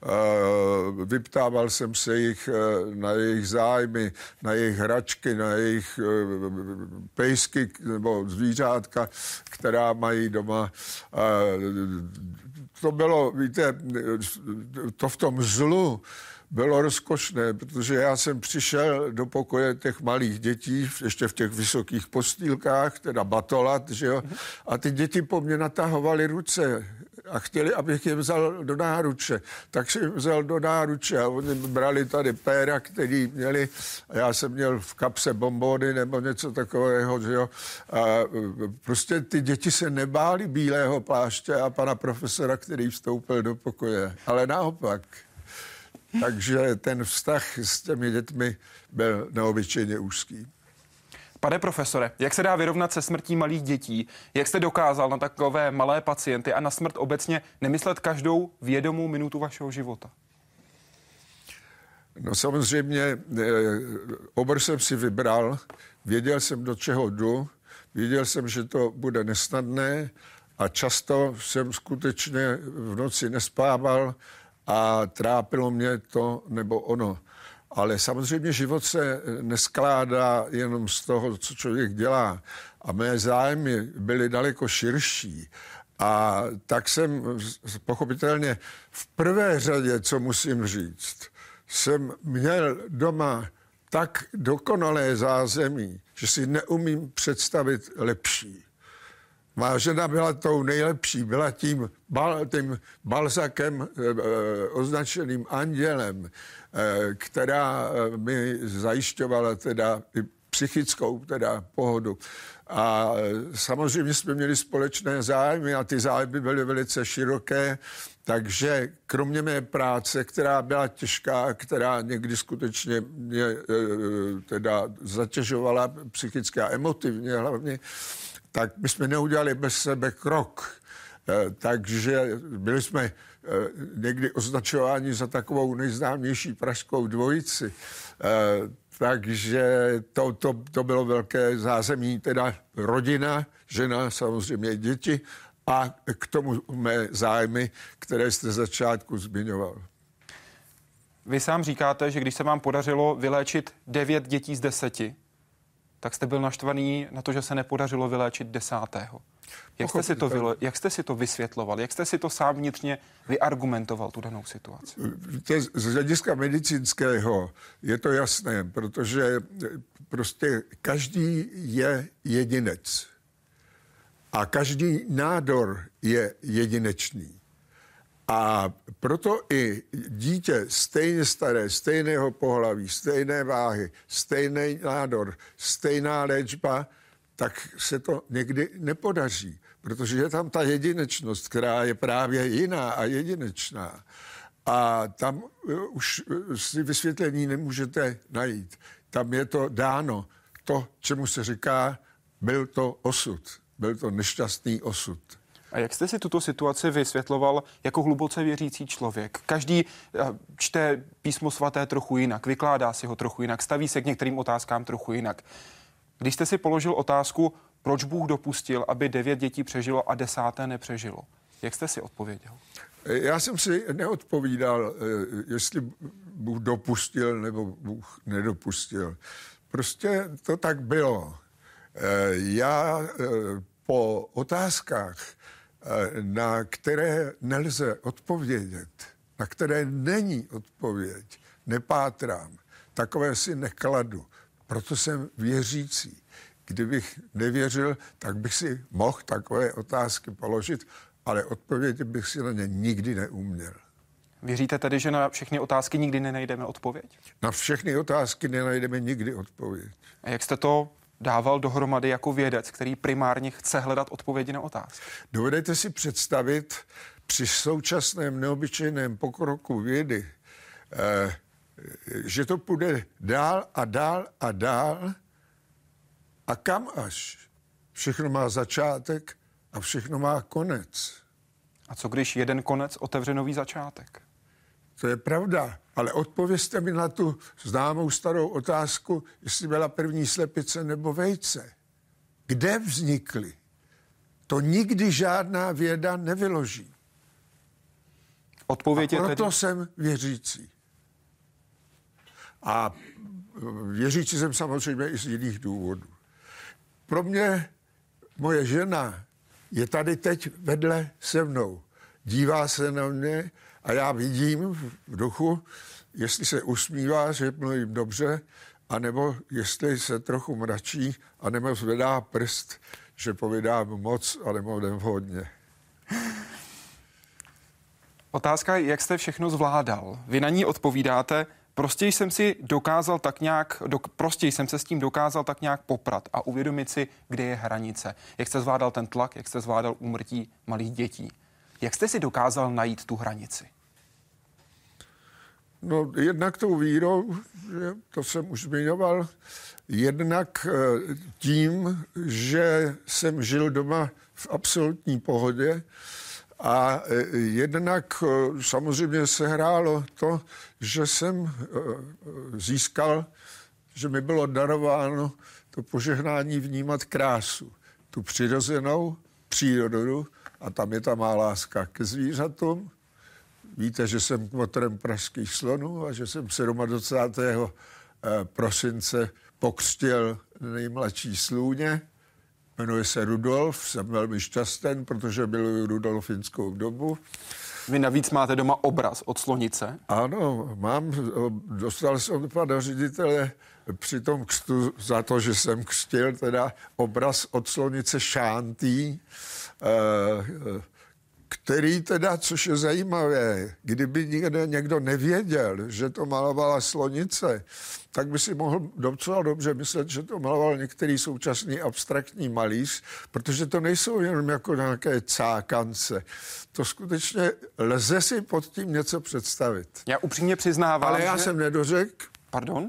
vyptával jsem se jich na jejich zájmy, na jejich hračky, na jejich pejsky nebo zvířátka, která mají doma. To bylo, víte, to v tom zlu bylo rozkošné, protože já jsem přišel do pokoje těch malých dětí, ještě v těch vysokých postýlkách, teda batolat, že jo, a ty děti po mně natahovaly ruce. a chtěli, abych je vzal do náruče. Tak si vzal do náruče a oni brali tady péra, který měli, a já jsem měl v kapse bombony nebo něco takového, že jo. A prostě ty děti se nebáli bílého pláště a pana profesora, který vstoupil do pokoje, ale naopak. Takže ten vztah s těmi dětmi byl neobyčejně úzký. Pane profesore, jak se dá vyrovnat se smrtí malých dětí? Jak jste dokázal na takové malé pacienty a na smrt obecně nemyslet každou vědomou minutu vašeho života? No samozřejmě, obor jsem si vybral, věděl jsem, do čeho jdu, věděl jsem, že to bude nesnadné a často jsem skutečně v noci nespával a trápilo mě to nebo ono. Ale samozřejmě život se neskládá jenom z toho, co člověk dělá. A mé zájmy byly daleko širší. A tak jsem pochopitelně v prvé řadě, co musím říct, jsem měl doma tak dokonalé zázemí, že si neumím představit lepší. Má žena byla tou nejlepší, byla tím Balzakem označeným andělem, která mi zajišťovala teda i psychickou teda pohodu. A samozřejmě jsme měli společné zájmy a ty zájmy byly velice široké, takže kromě mé práce, která byla těžká, která někdy skutečně mě teda zatěžovala psychicky a emotivně hlavně, tak my jsme neudělali bez sebe krok. Takže byli jsme někdy označováni za takovou nejznámější pražskou dvojici. Takže to bylo velké zázemí, teda rodina, žena, samozřejmě děti a k tomu mé zájmy, které jste začátku zmiňoval. Vy sám říkáte, že když se vám podařilo vyléčit 9 dětí z 10, tak jste byl naštvaný na to, že se nepodařilo vyléčit 10. Jak jste si to vysvětloval? Jak jste si to sám vnitřně vyargumentoval, tu danou situaci? Z hlediska medicínského je to jasné, protože prostě každý je jedinec. A každý nádor je jedinečný. A proto i dítě stejně staré, stejného pohlaví, stejné váhy, stejný nádor, stejná léčba, tak se to někdy nepodaří, protože je tam ta jedinečnost, která je právě jiná a jedinečná. A tam už si vysvětlení nemůžete najít. Tam je to dáno. To, čemu se říká, byl to osud. Byl to nešťastný osud. A jak jste si tuto situaci vysvětloval jako hluboce věřící člověk? Každý čte písmo svaté trochu jinak, vykládá si ho trochu jinak, staví se k některým otázkám trochu jinak. Když jste si položil otázku, proč Bůh dopustil, aby 9 dětí přežilo a 10. nepřežilo, jak jste si odpověděl? Já jsem si neodpovídal, jestli Bůh dopustil nebo Bůh nedopustil. Prostě to tak bylo. Já po otázkách, na které nelze odpovědět, na které není odpověď, nepátrám. Takové si nekladu. Proto jsem věřící. Kdybych nevěřil, tak bych si mohl takové otázky položit, ale odpověď bych si na ně nikdy neuměl. Věříte tedy, že na všechny otázky nikdy nenajdeme odpověď? Na všechny otázky nenajdeme nikdy odpověď. A jak jste to dával dohromady jako vědec, který primárně chce hledat odpovědi na otázky? Dovedete si představit při současném neobyčejném pokroku vědy, že to půjde dál a dál a dál a kam až? Všechno má začátek a všechno má konec. A co když jeden konec otevře nový začátek? To je pravda, ale odpovězte mi na tu známou starou otázku, jestli byla první slepice nebo vejce. Kde vznikly? To nikdy žádná věda nevyloží. Odpověď je proto tedy... jsem věřící. A věřící jsem samozřejmě i z jiných důvodů. Pro mě moje žena je tady teď vedle se mnou. Dívá se na mě a já vidím v duchu, jestli se usmívá, že mluvím dobře, anebo jestli se trochu mračí, anebo zvedá prst, že povídám moc, anebo nevhodně. Otázka, jak jste všechno zvládal. Vy na ní odpovídáte, prostě jsem se s tím dokázal tak nějak poprat a uvědomit si, kde je hranice. Jak jste zvládal ten tlak, jak jste zvládal úmrtí malých dětí. Jak jste si dokázal najít tu hranici? No, jednak tou vírou, že to jsem už zmiňoval, jednak tím, že jsem žil doma v absolutní pohodě a jednak samozřejmě se hrálo to, že jsem získal, že mi bylo darováno to požehnání vnímat krásu, tu přirozenou přírodu a tam je ta má láska ke zvířatům. Víte, že jsem kmotrem pražských slonů a že jsem 27. prosince pokřtil nejmladší slůně. Jmenuje se Rudolf, jsem velmi šťastný, protože miluji rudolfinskou dobu. Vy navíc máte doma obraz od slonice? Ano, dostal jsem od pana ředitele při tom křtu za to, že jsem křtil teda obraz od slonice Šántý, který teda, což je zajímavé, kdyby někdo nevěděl, že to malovala slonice, tak by si mohl docela dobře myslet, že to maloval některý současný abstraktní malíř, protože to nejsou jenom jako nějaké cákance. To skutečně lze si pod tím něco představit. Já upřímně přiznávám, ale já jsem nedořekl. Pardon?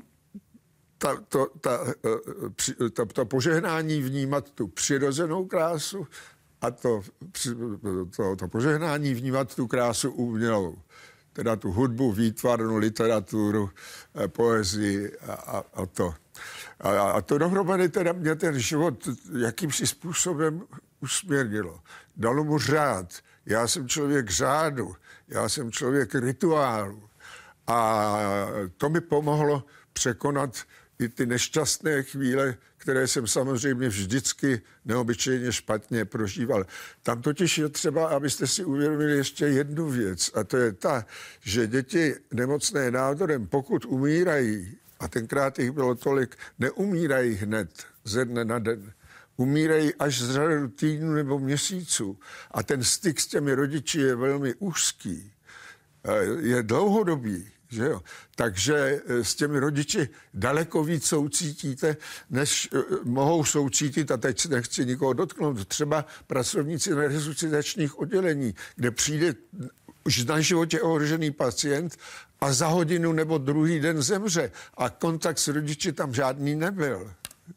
To požehnání vnímat tu přirozenou krásu a to požehnání vnímat tu krásu umělou. Teda tu hudbu, výtvarnou literaturu, poezii a to. A to dohromady teda mě ten život jakýmsi způsobem usměrnilo. Dalo mu řád. Já jsem člověk řádu, já jsem člověk rituálu. A to mi pomohlo překonat i ty nešťastné chvíle, které jsem samozřejmě vždycky neobyčejně špatně prožíval. Tam totiž je třeba, abyste si uvědomili ještě jednu věc, a to je ta, že děti nemocné nádorem, pokud umírají, a tenkrát jich bylo tolik, neumírají hned ze dne na den. Umírají až z řadu týdnů nebo měsíců. A ten styk s těmi rodiči je velmi úzký. Je dlouhodobý. Že jo? Takže s těmi rodiči daleko víc soucítíte, než mohou soucítit, a teď se nechci nikoho dotknout, třeba pracovníci na resuscitačních oddělení, kde přijde už na životě ohrožený pacient a za hodinu nebo druhý den zemře a kontakt s rodiči tam žádný nebyl.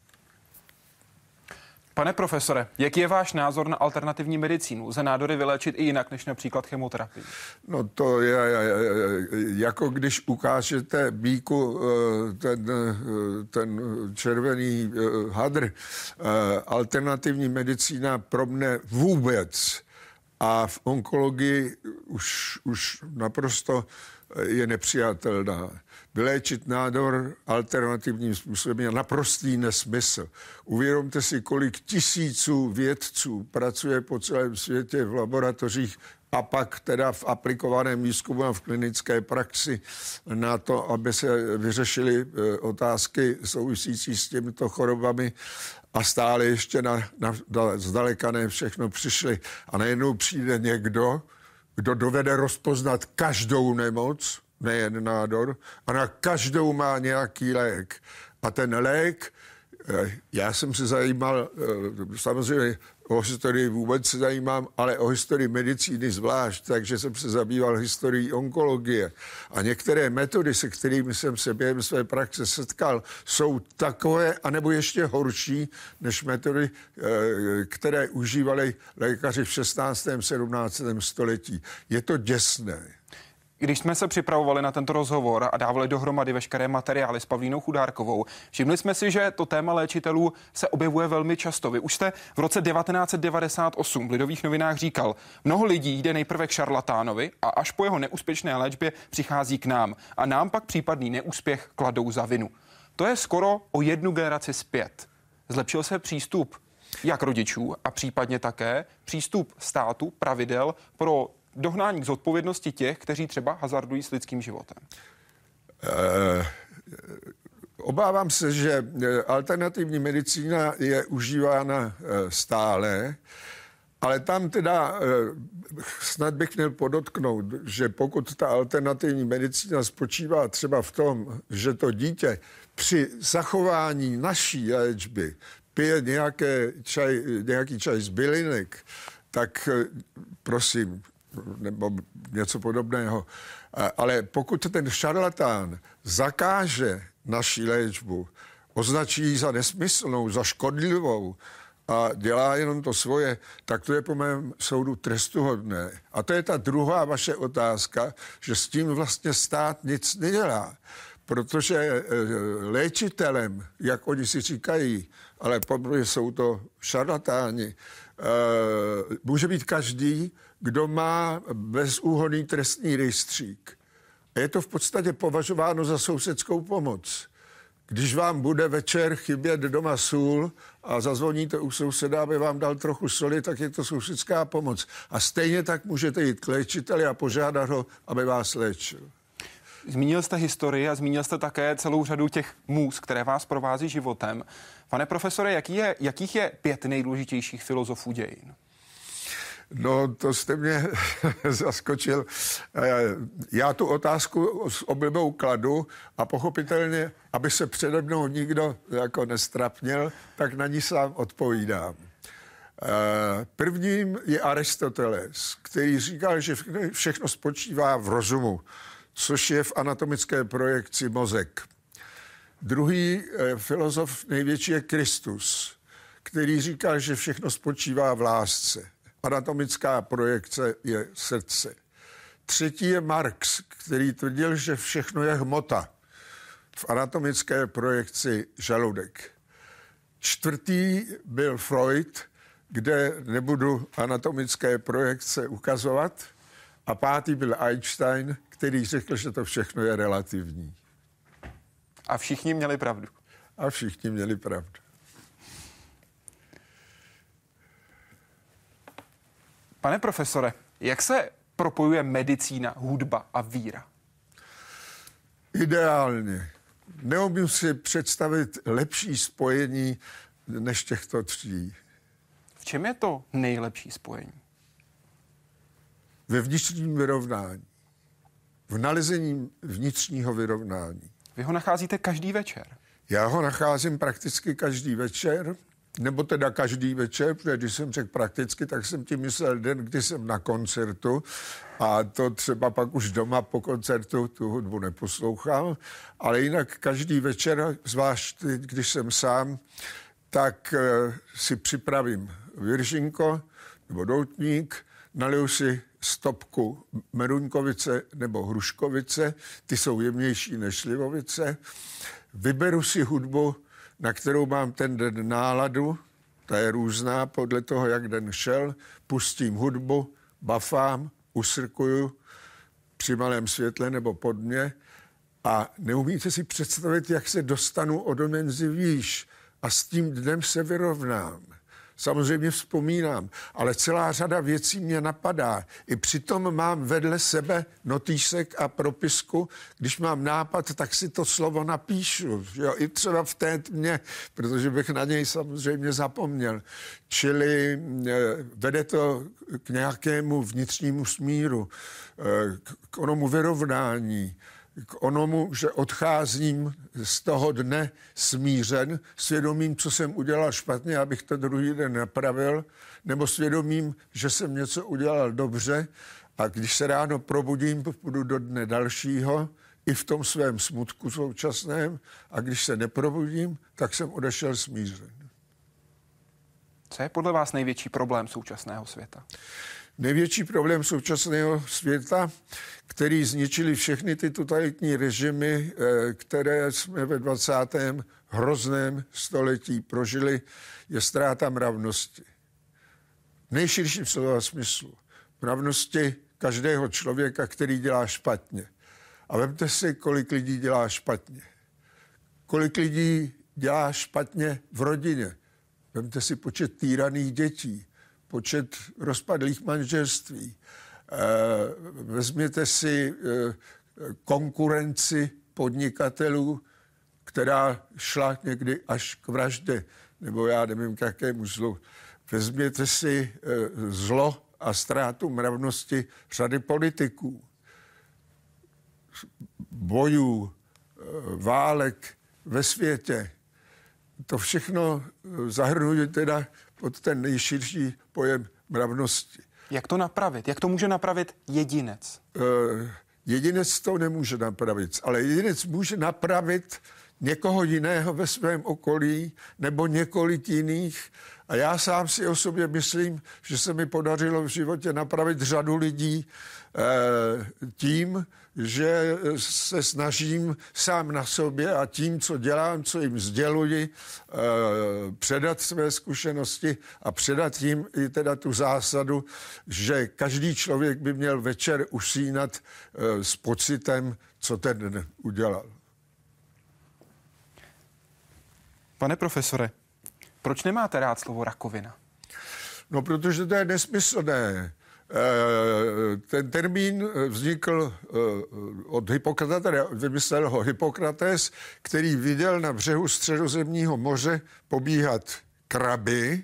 Pane profesore, jaký je váš názor na alternativní medicínu? Lze nádory vyléčit i jinak, než například chemoterapii? No to je jako když ukážete býku ten červený hadr. Alternativní medicína pro mne vůbec a v onkologii už naprosto je nepřijatelná. Vyléčit nádor alternativním způsobem je naprostý nesmysl. Uvědomte si, kolik tisíců vědců pracuje po celém světě v laboratořích a pak teda v aplikovaném výzkumu a v klinické praxi na to, aby se vyřešily otázky související s těmito chorobami a stále ještě zdaleka ne všechno přišli. A najednou přijde někdo, kdo dovede rozpoznat každou nemoc, nejen nádor, a na každou má nějaký lék. A ten lék, já jsem se zajímal, samozřejmě o historii vůbec se zajímám, ale o historii medicíny zvlášť, takže jsem se zabýval historií onkologie. A některé metody, se kterými jsem se během své praxe setkal, jsou takové, anebo ještě horší, než metody, které užívali lékaři v 16. 17. století. Je to děsné. Když jsme se připravovali na tento rozhovor a dávali dohromady veškeré materiály s Pavlínou Chudárkovou, všimli jsme si, že to téma léčitelů se objevuje velmi často. Vy už jste v roce 1998 v Lidových novinách říkal, mnoho lidí jde nejprve k šarlatánovi a až po jeho neúspěšné léčbě přichází k nám a nám pak případný neúspěch kladou za vinu. To je skoro o jednu generaci zpět. Zlepšil se přístup jak rodičů a případně také přístup státu, pravidel pro dohnání k zodpovědnosti těch, kteří třeba hazardují s lidským životem? Obávám se, že alternativní medicína je užívána stále Ale tam teda snad bych měl podotknout, že pokud ta alternativní medicína spočívá třeba v tom, že to dítě při zachování naší léčby pije nějaký čaj z bylinek, tak prosím, nebo něco podobného. Ale pokud ten šarlatán zakáže naši léčbu, označí ji za nesmyslnou, za škodlivou a dělá jenom to svoje, tak to je po mém soudu trestuhodné. A to je ta druhá vaše otázka, že s tím vlastně stát nic nedělá. Protože léčitelem, jak oni si říkají, ale podle jsou to šarlatáni, může být každý, kdo má bezúhonný trestní rejstřík. A je to v podstatě považováno za sousedskou pomoc. Když vám bude večer chybět doma sůl a zazvoníte u souseda, aby vám dal trochu soli, tak je to sousedská pomoc. A stejně tak můžete jít k léčiteli a požádat ho, aby vás léčil. Zmínil jste historii a zmínil jste také celou řadu těch můz, které vás provází životem. Pane profesore, jakých je 5 nejdůležitějších filozofů dějin? No, to jste mě zaskočil. Já tu otázku s oblibou kladu a pochopitelně, aby se přede mnou nikdo jako nestrapnil, tak na ní sám odpovídám. Prvním je Aristoteles, který říkal, že všechno spočívá v rozumu, což je v anatomické projekci mozek. Druhý filozof největší je Kristus, který říkal, že všechno spočívá v lásce. Anatomická projekce je srdce. Třetí je Marx, který tvrdil, že všechno je hmota. V anatomické projekci žaludek. Čtvrtý byl Freud, kde nebudu anatomické projekce ukazovat. A pátý byl Einstein, který řekl, že to všechno je relativní. A všichni měli pravdu. A všichni měli pravdu. Pane profesore, jak se propojuje medicína, hudba a víra? Ideálně. Neumím si představit lepší spojení než těchto 3. V čem je to nejlepší spojení? Ve vnitřním vyrovnání. V nalezení vnitřního vyrovnání. Vy ho nacházíte každý večer? Já ho nacházím prakticky každý večer, nebo teda každý večer, protože když jsem řekl prakticky, tak jsem tím myslel den, kdy jsem na koncertu a to třeba pak už doma po koncertu tu hudbu neposlouchám, ale jinak každý večer, zvlášť když jsem sám, tak si připravím viržinko nebo doutník, naliju si stopku meruňkovice nebo hruškovice, ty jsou jemnější než slivovice, vyberu si hudbu, na kterou mám ten den náladu, ta je různá podle toho, jak den šel, pustím hudbu, bafám, usrkuju při malém světle nebo pod mě a neumíte si představit, jak se dostanu o dimenzi výš a s tím dnem se vyrovnám. Samozřejmě vzpomínám, ale celá řada věcí mě napadá. I přitom mám vedle sebe notýsek a propisku. Když mám nápad, tak si to slovo napíšu. Jo, i třeba v té tmě, protože bych na něj samozřejmě zapomněl. Čili vede to k nějakému vnitřnímu smíru, k onomu vyrovnání, k onomu, že odcházím z toho dne smířen, svědomím, co jsem udělal špatně, abych to druhý den napravil, nebo svědomím, že jsem něco udělal dobře a když se ráno probudím, půjdu do dne dalšího, i v tom svém smutku současném, a když se neprobudím, tak jsem odešel smířen. Co je podle vás největší problém současného světa? Největší problém současného světa, který zničili všechny ty totalitní režimy, které jsme ve 20. hrozném století prožili, je ztráta mravnosti. V nejširším slova smyslu. Mravnosti každého člověka, který dělá špatně. A vemte si, kolik lidí dělá špatně. Kolik lidí dělá špatně v rodině. Vemte si počet týraných dětí, počet rozpadlých manželství. Vezměte si konkurenci podnikatelů, která šla někdy až k vraždě, nebo já nevím, k jakému zlu. Vezměte si zlo a ztrátu mravnosti řady politiků, bojů, válek ve světě. To všechno zahrnuje teda pod ten nejširší pojem mravnosti. Jak to napravit? Jak to může napravit jedinec? Jedinec to nemůže napravit, ale jedinec může napravit někoho jiného ve svém okolí nebo několik jiných. A já sám si o sobě myslím, že se mi podařilo v životě napravit řadu lidí tím, že se snažím sám na sobě a tím, co dělám, co jim sděluji, předat své zkušenosti a předat jim i teda tu zásadu, že každý člověk by měl večer usínat s pocitem, co ten den udělal. Pane profesore, proč nemáte rád slovo rakovina? No, protože to je nesmyslné. Ten termín vznikl od Hippokrata, tedy vymyslel ho Hippokrates, který viděl na břehu Středozemního moře pobíhat kraby,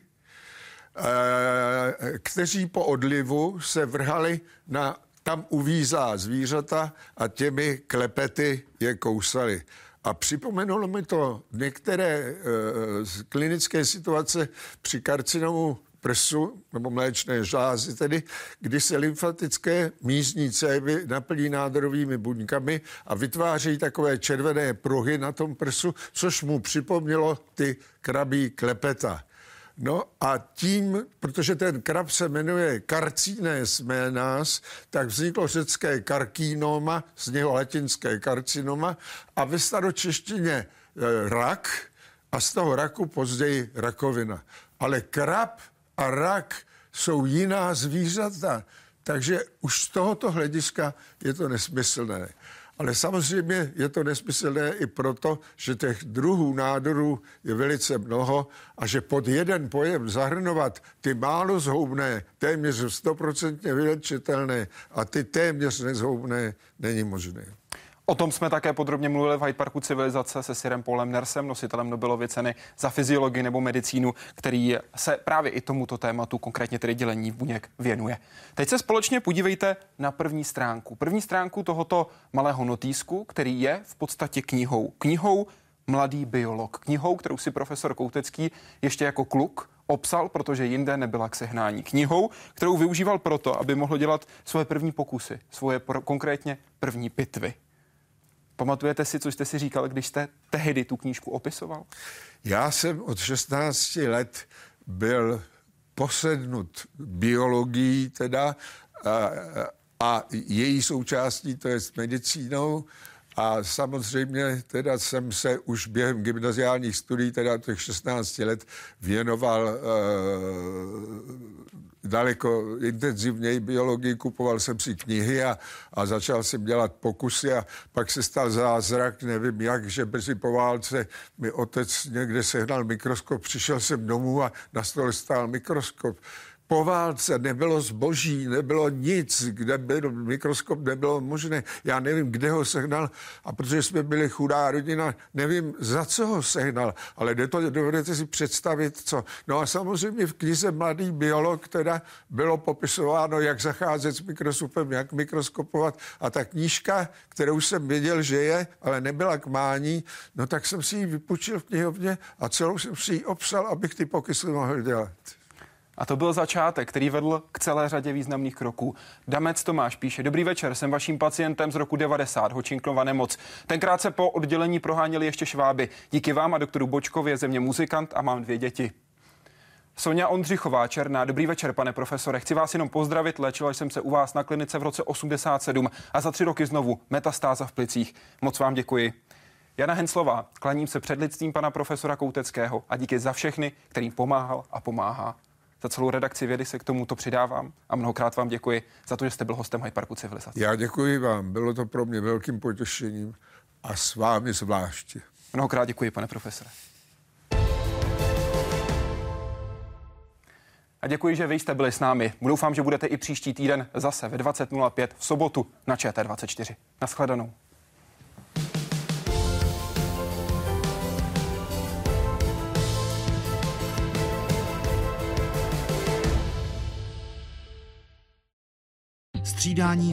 kteří po odlivu se vrhali na tam uvízlá zvířata a těmi klepety je kousali. A připomenulo mi to některé klinické situace při karcinomu prsu, nebo mléčné žlázy tedy, kdy se lymfatické mízní cévy naplní nádorovými buňkami a vytvářejí takové červené pruhy na tom prsu, což mu připomnělo ty krabí klepeta. No a tím, protože ten krab se jmenuje Carcines menas, tak vzniklo řecké karkinoma, z něho latinské karcinoma a ve staročeštině rak a z toho raku později rakovina. Ale krab a rak jsou jiná zvířata, takže už z tohoto hlediska je to nesmyslné. Ale samozřejmě je to nesmyslné i proto, že těch druhů nádorů je velice mnoho a že pod jeden pojem zahrnovat ty málo zhoubné, téměř 100% vylečitelné a ty téměř nezhoubné není možné. O tom jsme také podrobně mluvili v Hyde Parku civilizace se Sirem Paulem Nersem, nositelem Nobelovy ceny za fyziologii nebo medicínu, který se právě i tomuto tématu, konkrétně tedy dělení buněk, věnuje. Teď se společně podívejte na první stránku. První stránku tohoto malého notýsku, který je v podstatě knihou. Knihou Mladý biolog. Knihou, kterou si profesor Koutecký ještě jako kluk obsal, protože jinde nebyla k sehnání. Knihou, kterou využíval proto, aby mohl dělat svoje první pokusy, svoje konkrétně první pitvy. Pamatujete si, co jste si říkal, když jste tehdy tu knížku opisoval? Já jsem od 16 let byl posednut biologií teda a její součástí, to je s medicínou. A samozřejmě teda jsem se už během gymnaziálních studií, teda těch 16 let, věnoval daleko intenzivněji biologii, kupoval jsem si knihy a začal jsem dělat pokusy a pak se stal zázrak, nevím jak, že brzy po válce mi otec někde sehnal mikroskop, přišel jsem domů a na stole stál mikroskop. Po válce nebylo zboží, nebylo nic, kde byl mikroskop, nebylo možné. Já nevím, kde ho sehnal a protože jsme byli chudá rodina, nevím, za co ho sehnal, ale dovedete si představit, co. No a samozřejmě v knize Mladý biolog teda bylo popisováno, jak zacházet s mikroskopem, jak mikroskopovat a ta knížka, kterou jsem věděl, že je, ale nebyla k mání, no tak jsem si ji vypůjčil v knihovně a celou jsem si ji obsal, abych ty pokusy mohl dělat. A to byl začátek, který vedl k celé řadě významných kroků. Damec Tomáš píše: Dobrý večer, jsem vaším pacientem z roku 90, Hodgkinsova nemoc. Tenkrát se po oddělení proháněli ještě šváby. Díky vám a doktoru Bočkovi je ze mě muzikant a mám 2 děti. Sonja Ondřichová Černá: Dobrý večer, pane profesore. Chci vás jenom pozdravit, léčila jsem se u vás na klinice v roce 87 a za 3 roky znovu metastáza v plicích. Moc vám děkuji. Jana Henslová: Klaním se před lidstvím pana profesora Kouteckého a díky za všechny, kterým pomáhal a pomáhá. Za celou redakci Vědy se k tomuto přidávám a mnohokrát vám děkuji za to, že jste byl hostem Hyde Parku civilizace. Já děkuji vám, bylo to pro mě velkým potěšením a s vámi zvláště. Mnohokrát děkuji, pane profesore. A děkuji, že vy jste byli s námi. Doufám, že budete i příští týden zase ve 20:05 v sobotu na ČT24. Naschledanou. střídání